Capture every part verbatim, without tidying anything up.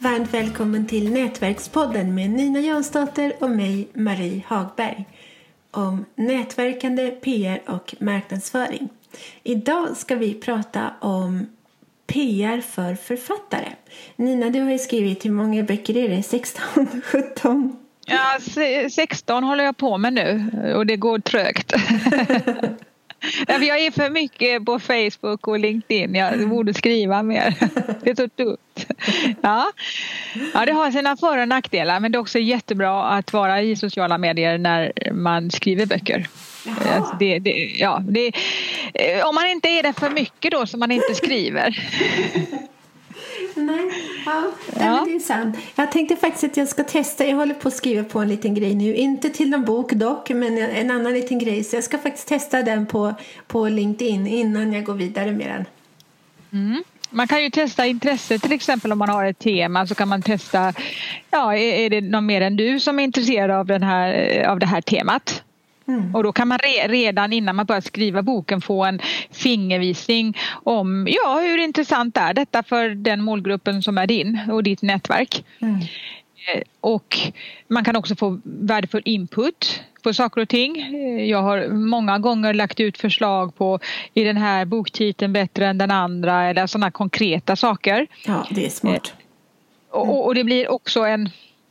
Varmt välkommen till Nätverkspodden med Nina Jansdotter och mig, Marie Hagberg. Om nätverkande, P R och marknadsföring. Idag ska vi prata om P R för författare. Nina, du har ju skrivit, hur många böcker är det? sexton, sjutton? Ja, sexton håller jag på med nu och det går trögt. Jag är för mycket på Facebook och LinkedIn. Jag borde skriva mer. Det är så dumt. Ja. Ja, det har sina för- och nackdelar, men det är också jättebra att vara i sociala medier när man skriver böcker. Alltså det, det, ja, det, om man inte är det för mycket då som man inte skriver. Nej, ja, Ja. det är sant. Jag tänkte faktiskt att jag ska testa. Jag håller på att skriva på en liten grej nu. Inte till någon bok dock, men en annan liten grej. Så jag ska faktiskt testa den på, på LinkedIn innan jag går vidare med den. Mm. Man kan ju testa intresse, till exempel om man har ett tema så kan man testa, ja, är, är det någon mer än du som är intresserad av, den här, av det här temat? Mm. Och då kan man re, redan innan man börjar skriva boken få en fingervisning om ja, hur intressant är detta för den målgruppen som är din och ditt nätverk. Mm. Och man kan också få värdefull input på saker och ting. Jag har många gånger lagt ut förslag på i den här boktiteln bättre än den andra eller sådana konkreta saker. Ja, det är smart. Mm. Och, och det blir också en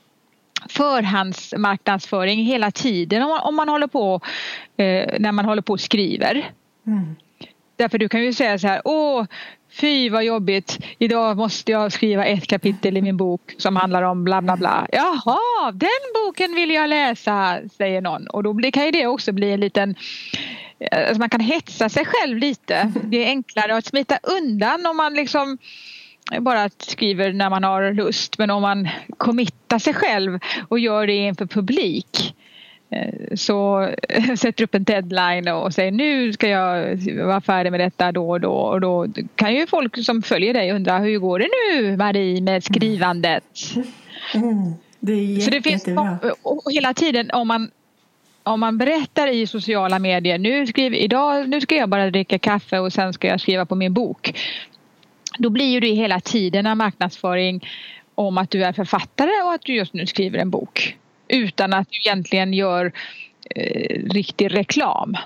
förhandsmarknadsföring hela tiden om man, om man håller på eh, när man håller på och skriver. Mm. Därför du kan ju säga så här: åh, fy vad jobbigt, idag måste jag skriva ett kapitel i min bok som handlar om bla bla bla. Jaha, den boken vill jag läsa, säger någon. Och då blir, kan ju det också bli en liten, alltså man kan hetsa sig själv lite. Det är enklare att smita undan om man liksom bara skriver när man har lust, men om man committar sig själv och gör det inför publik så sätter upp en deadline och säger nu ska jag vara färdig med detta då och då, och då kan ju folk som följer dig undra hur går det nu, Marie, med skrivandet. Mm. Det är jätte, så det finns jättebra. Och hela tiden om man om man berättar i sociala medier nu, skriver, idag, nu ska jag bara dricka kaffe och sen ska jag skriva på min bok. Då blir ju det hela tiden en marknadsföring om att du är författare och att du just nu skriver en bok. Utan att du egentligen gör eh, riktig reklam.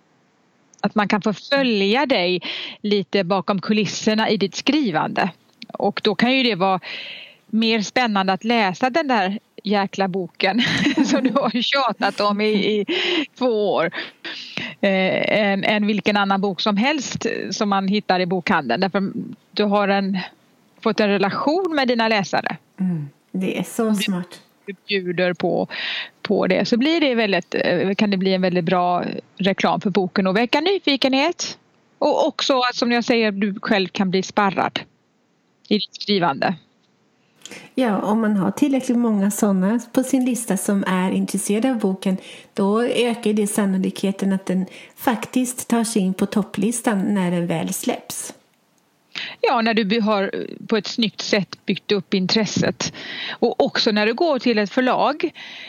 Att man kan få följa dig lite bakom kulisserna i ditt skrivande. Och då kan ju det vara mer spännande att läsa den där jäkla boken som du har tjatat om i, i två år. Eh, än, än vilken annan bok som helst som man hittar i bokhandeln. Därför du har en, fått en relation med dina läsare. Mm, det är så smart. Du bjuder på, på det. Så blir det väldigt, kan det bli en väldigt bra reklam för boken och väcka nyfikenhet. Och också, som jag säger, du själv kan bli sparrad i ditt skrivande. Ja, om man har tillräckligt många sådana på sin lista som är intresserade av boken, då ökar det sannolikheten att den faktiskt tar sig in på topplistan när den väl släpps. Ja, när du har på ett snyggt sätt byggt upp intresset. Och också när du går till ett förlag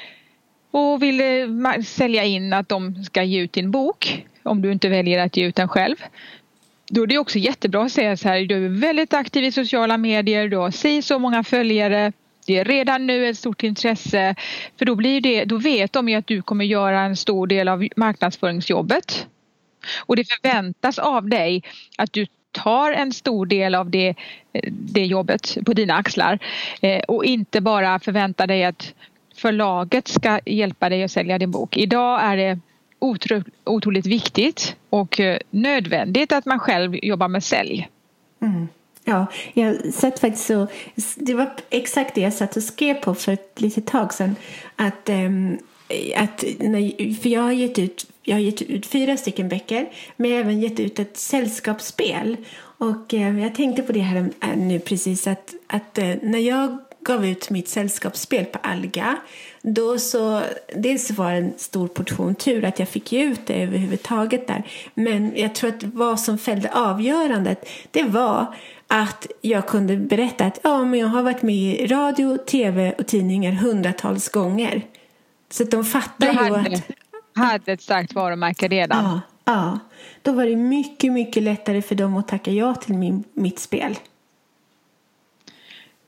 och vill sälja in att de ska ge ut din bok, om du inte väljer att ge ut den själv. Då är det också jättebra att säga så här: du är väldigt aktiv i sociala medier, du har si så många följare, det är redan nu ett stort intresse. För då, blir det, då vet de ju att du kommer göra en stor del av marknadsföringsjobbet. Och det förväntas av dig att du tar en stor del av det, det jobbet på dina axlar. Eh, och inte bara förvänta dig att förlaget ska hjälpa dig att sälja din bok. Idag är det otro, otroligt viktigt och eh, nödvändigt att man själv jobbar med sälj. Mm. Ja, jag satt faktiskt så, det var exakt det jag satt och skrev på för ett litet tag sedan. Att, ähm, att för jag har gett ut Jag har gett ut fyra stycken böcker, men jag har även gett ut ett sällskapsspel. Och eh, jag tänkte på det här nu precis, att, att eh, när jag gav ut mitt sällskapsspel på Alga, då så, dels var det en stor portion tur att jag fick ge ut det överhuvudtaget där. Men jag tror att vad som fällde avgörandet, det var att jag kunde berätta att ja, men jag har varit med i radio, tv och tidningar hundratals gånger. Så att de fattar ju att hade ett starkt varumärke redan. Ja, ja, då var det mycket, mycket lättare för dem att tacka ja till min, mitt spel.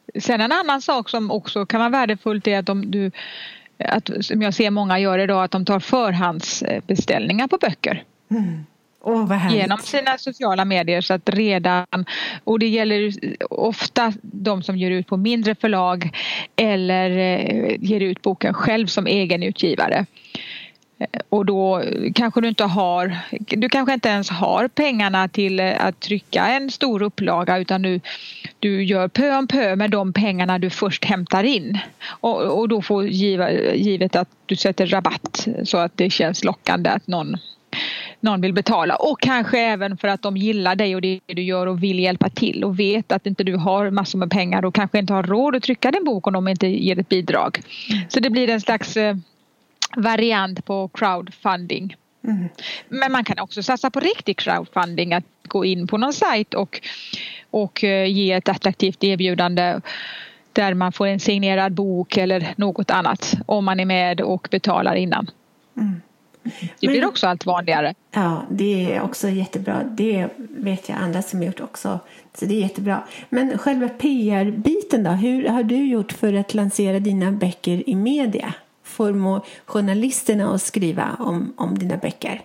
Sen en annan sak som också kan vara värdefullt är att om du, att, som jag ser många gör idag, att de tar förhandsbeställningar på böcker. Mm. Oh, vad härligt. Genom sina sociala medier, så att redan, och det gäller ofta de som ger ut på mindre förlag eller ger ut boken själv som egen utgivare. Och då kanske du inte har, du kanske inte ens har pengarna till att trycka en stor upplaga, utan du, du gör pö om pö med de pengarna du först hämtar in. Och, och då får giva, givet att du sätter rabatt så att det känns lockande att någon, någon vill betala. Och kanske även för att de gillar dig och det du gör och vill hjälpa till och vet att inte du har massor med pengar och kanske inte har råd att trycka din bok om de inte ger ett bidrag. Så det blir en slags variant på crowdfunding. Mm. Men man kan också satsa på riktig crowdfunding, att gå in på någon sajt och, och ge ett attraktivt erbjudande där man får en signerad bok eller något annat om man är med och betalar innan. Mm. Det blir Men, också allt vanligare. Ja, det är också jättebra. Det vet jag andra som har gjort också. Så det är jättebra. Men själva P R-biten då? Hur har du gjort för att lansera dina böcker i media? Förmå journalisterna att skriva om, om dina böcker?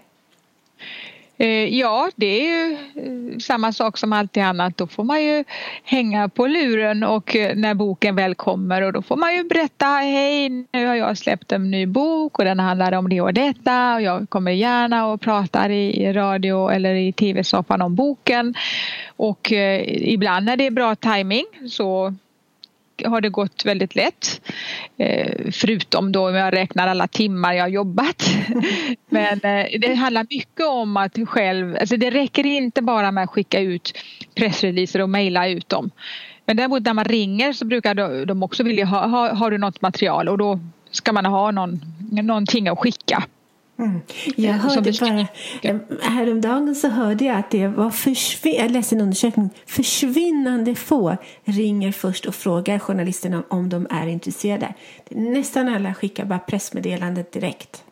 Ja, det är ju samma sak som alltid annat. Då får man ju hänga på luren och när boken väl kommer, och då får man ju berätta: hej, nu har jag släppt en ny bok och den handlar om det och detta och jag kommer gärna och pratar i radio eller i tv-soffan om boken. Och eh, ibland när det är bra timing så har det gått väldigt lätt, eh, förutom då om jag räknar alla timmar jag har jobbat. Men eh, det handlar mycket om att själv, alltså det räcker inte bara med att skicka ut pressreleaser och mejla ut dem. Men däremot när man ringer så brukar de också vilja ha, ha, har du något material, och då ska man ha någon, någonting att skicka. Mm. Jag hörde bara, häromdagen så hörde jag att det var försvin- jag läste en undersökning, försvinnande få ringer först och frågar journalisterna om de är intresserade. Nästan alla skickar bara pressmeddelandet direkt.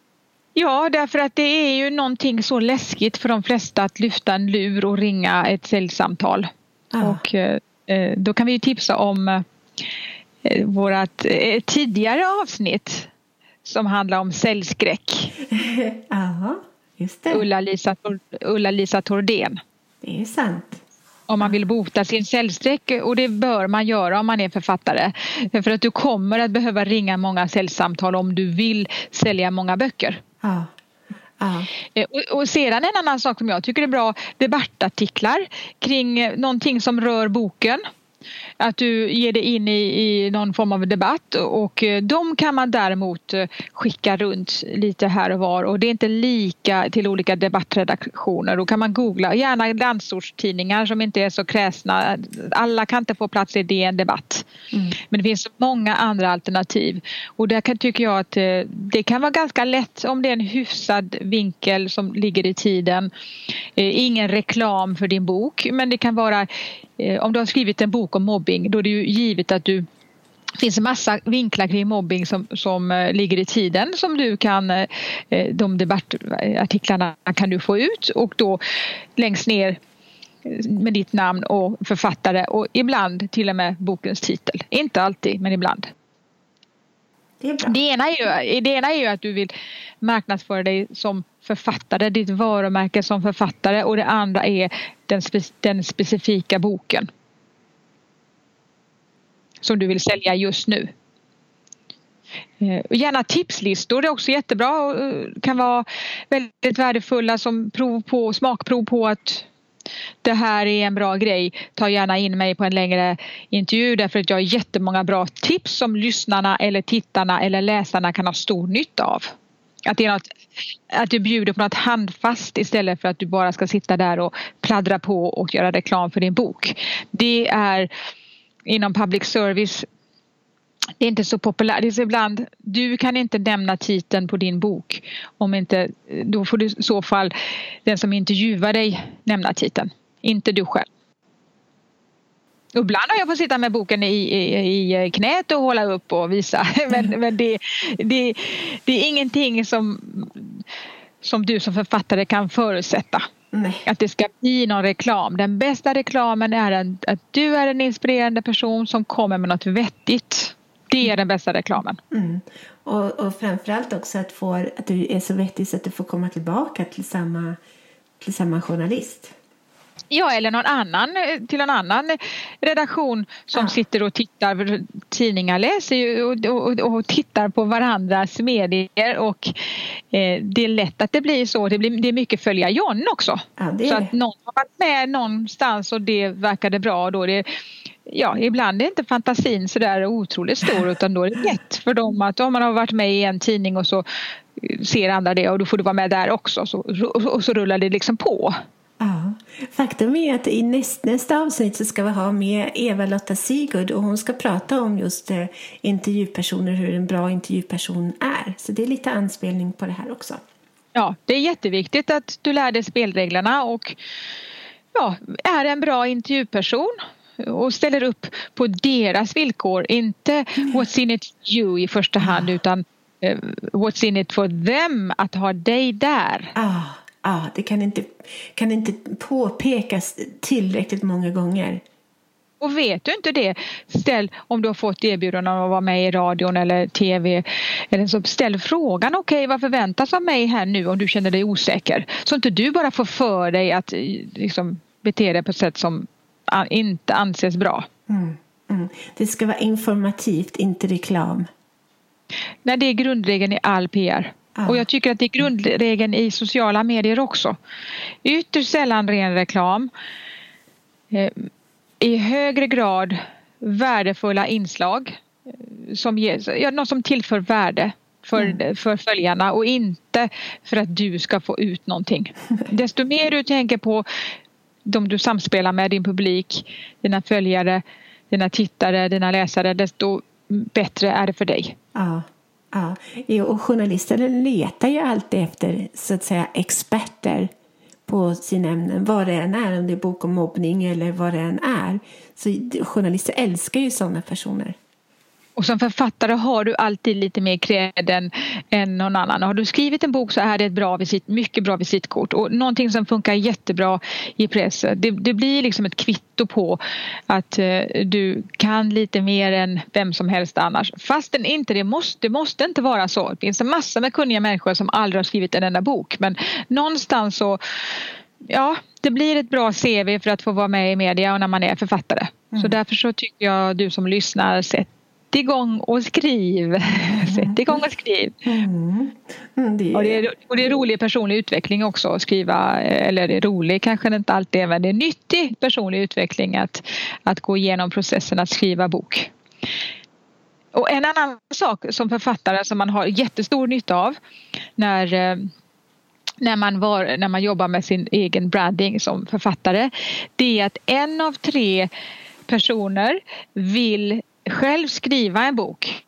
Ja, därför att det är ju någonting så läskigt för de flesta att lyfta en lur och ringa ett säljsamtal. Ah. Och eh, då kan vi ju tipsa om eh, vårat eh, tidigare avsnitt som handlar om säljskräck. Ja, just det. Ulla-Lisa, Ulla-Lisa Tordén. Det är sant. Om man vill bota sin säljskräck, och det bör man göra om man är författare. För att du kommer att behöva ringa många säljsamtal om du vill sälja många böcker. Ja. Ja. Och, och sedan en annan sak som jag tycker är bra, debattartiklar kring någonting som rör boken. Att du ger dig in i, i någon form av debatt, och de kan man däremot skicka runt lite här och var, och det är inte lika till olika debattredaktioner. Då kan man googla, gärna landsortstidningar som inte är så kräsna. Alla kan inte få plats i D N Debatt. Mm. Men det finns många andra alternativ, och där kan, tycker jag att det kan vara ganska lätt om det är en hyfsad vinkel som ligger i tiden. Ingen reklam för din bok, men det kan vara, om du har skrivit en bok om mobbing, då är det ju givet att du finns en massa vinklar kring mobbing som, som ligger i tiden, som du kan, de debattartiklarna kan du få ut, och då längst ner med ditt namn och författare, och ibland till och med bokens titel. Inte alltid, men ibland. Det, är bra. Det, ena är ju, det ena är ju att du vill marknadsföra dig som författare, ditt varumärke som författare, och det andra är den, spe, den specifika boken som du vill sälja just nu. Gärna tipslistor, det är också jättebra och kan vara väldigt värdefulla som prov på, smakprov på att det här är en bra grej. Ta gärna in mig på en längre intervju, därför att jag har jättemånga bra tips som lyssnarna eller tittarna eller läsarna kan ha stor nytta av. Att, det är något, att du bjuder på något handfast istället för att du bara ska sitta där och pladdra på och göra reklam för din bok. Det är inom public service, det är inte så populärt. Det är så ibland, du kan inte nämna titeln på din bok. Om inte, då får du i så fall den som intervjuar dig nämna titeln. Inte du själv. Ibland har jag fått sitta med boken i, i, i knät och hålla upp och visa. Men, men det, det, det är ingenting som, som du som författare kan förutsätta. Nej. Att det ska bli någon reklam. Den bästa reklamen är en, att du är en inspirerande person som kommer med något vettigt. Det är den bästa reklamen. Mm. Och, och framförallt också att, få, att du är så vettig så att du får komma tillbaka till samma, till samma journalist. Ja, eller någon annan, till en annan redaktion som ja. sitter och tittar. Tidningar läser ju och, och, och tittar på varandras medier och eh, det är lätt att det blir så. Det, blir, det är mycket följa John också. Ja, det är så det. Att någon har varit med någonstans och det verkade bra. Då det, ja, ibland är inte fantasin så där otroligt stor utan då är det lätt för dem att om man har varit med i en tidning och så ser andra det och då får du vara med där också så, och så rullar det liksom på. Ja, faktum är att i näst, nästa avsnitt så ska vi ha med Eva-Lotta Sigurd och hon ska prata om just eh, intervjupersoner, hur en bra intervjuperson är. Så det är lite anspelning på det här också. Ja, det är jätteviktigt att du lär dig spelreglerna och ja, är en bra intervjuperson och ställer upp på deras villkor. Inte mm. what's in it for you i första hand utan uh, what's in it for them att ha dig där. Ah. Ja, det kan inte, kan inte påpekas tillräckligt många gånger. Och vet du inte det, ställ om du har fått erbjudande om att vara med i radion eller tv. Eller så ställ frågan, okej okay, vad förväntas av mig här nu om du känner dig osäker. Så inte du bara får för dig att liksom, bete dig på ett sätt som inte anses bra. Mm, mm. Det ska vara informativt, inte reklam. Nej, det är grundregeln i all P R. Ah. Och jag tycker att det är grundregeln i sociala medier också. Ytterst sällan ren reklam. Eh, I högre grad värdefulla inslag. Som ger, ja, något som tillför värde för, mm. för följarna. Och inte för att du ska få ut någonting. Desto mer du tänker på de du samspelar med, din publik, dina följare, dina tittare, dina läsare. Desto bättre är det för dig. Ja. Ja, och journalister letar ju alltid efter så att säga experter på sina ämnen. Vad det än är, om det är bok om mobbning eller vad det än är. Så journalister älskar ju sådana personer. Och som författare har du alltid lite mer cred än, än någon annan. Har du skrivit en bok så är det ett bra visit, mycket bra visitkort. Och någonting som funkar jättebra i press. Det, det blir liksom ett kvitto på att eh, du kan lite mer än vem som helst annars. Fastän inte det måste, det måste inte vara så. Det finns en massa med kunniga människor som aldrig har skrivit en enda bok. Men någonstans så, ja, det blir ett bra C V för att få vara med i media och när man är författare. Mm. Så därför så tycker jag du som lyssnar sett igång och skriv. Mm. Sätt igång och skriv. Mm. Mm, det är... Och, det är, och det är rolig personlig utveckling också att skriva, eller det är rolig kanske inte alltid är, men det är nyttig personlig utveckling att, att gå igenom processen att skriva bok. Och en annan sak som författare som man har jättestor nytta av när, när, man, var, när man jobbar med sin egen branding som författare, det är att en av tre personer vill själv skriva en bok.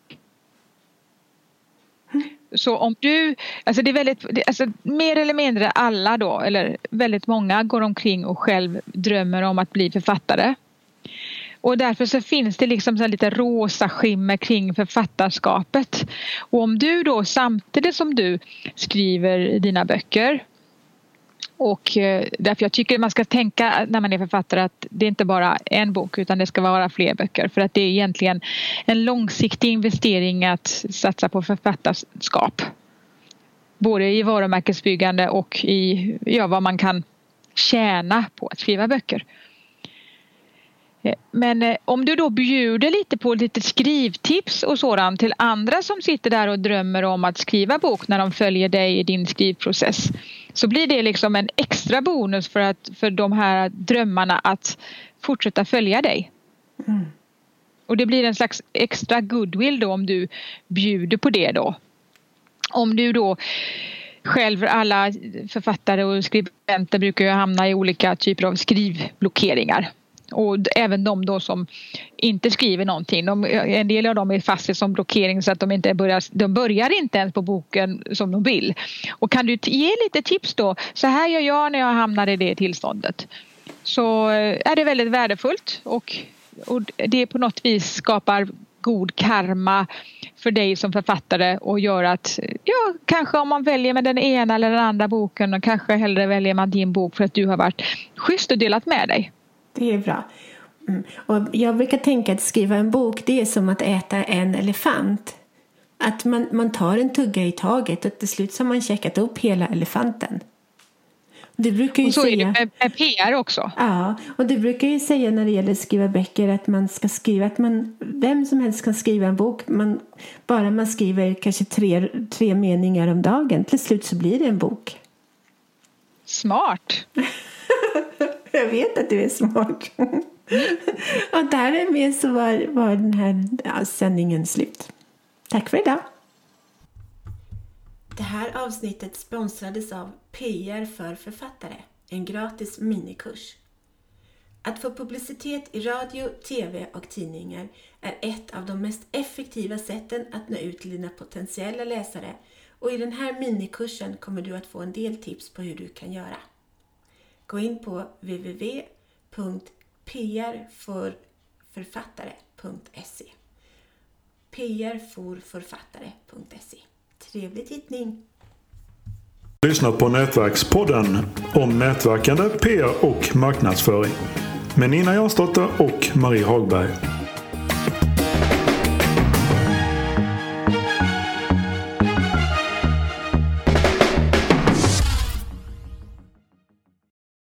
Så om du, alltså det är väldigt, alltså mer eller mindre alla då, eller väldigt många går omkring och själv drömmer om att bli författare. Och därför så finns det liksom så här lite rosa skimmer kring författarskapet. Och om du då samtidigt som du skriver dina böcker, och därför jag tycker man ska tänka när man är författare att det är inte bara en bok utan det ska vara fler böcker. För att det är egentligen en långsiktig investering att satsa på författarskap. Både i varumärkesbyggande och i ja, vad man kan tjäna på att skriva böcker. Men om du då bjuder lite på lite skrivtips och sådant till andra som sitter där och drömmer om att skriva bok när de följer dig i din skrivprocess, så blir det liksom en extra bonus för, att, för de här drömmarna att fortsätta följa dig. Mm. Och det blir en slags extra goodwill då om du bjuder på det då. Om du då själv, alla författare och skribenter brukar ju hamna i olika typer av skrivblockeringar. Och även de då som inte skriver någonting. De, en del av dem är fast i som blockering så att de inte börjar, de börjar inte ens på boken som de vill. Och kan du ge lite tips då? Så här gör jag när jag hamnar i det tillståndet. Så är det väldigt värdefullt och, och det på något vis skapar god karma för dig som författare och gör att, ja, kanske om man väljer med den ena eller den andra boken och kanske hellre väljer man din bok för att du har varit schysst och delat med dig. Det är bra. Mm. Och jag brukar tänka att skriva en bok, det är som att äta en elefant. Att man, man tar en tugga i taget och till slut så har man checkat upp hela elefanten. Det brukar ju och så säga, är det med, med P R också. Ja, och det brukar ju säga när det gäller att skriva böcker att man ska skriva, att man, vem som helst kan skriva en bok. Man, bara man skriver kanske tre, tre meningar om dagen, till slut så blir det en bok. Smart. Jag vet att du är smart. Och därmed så var, var den här ja, sändningen slut. Tack för idag. Det här avsnittet sponsrades av P R för författare, en gratis minikurs. Att få publicitet i radio, tv och tidningar är ett av de mest effektiva sätten att nå ut till dina potentiella läsare, och i den här minikursen kommer du att få en del tips på hur du kan göra. Gå in på w w w punkt p r för författare punkt se p r för författare punkt se. Trevlig tittning! Lyssna på Nätverkspodden om nätverkande, P R och marknadsföring med Nina Jansdotter och Marie Hagberg.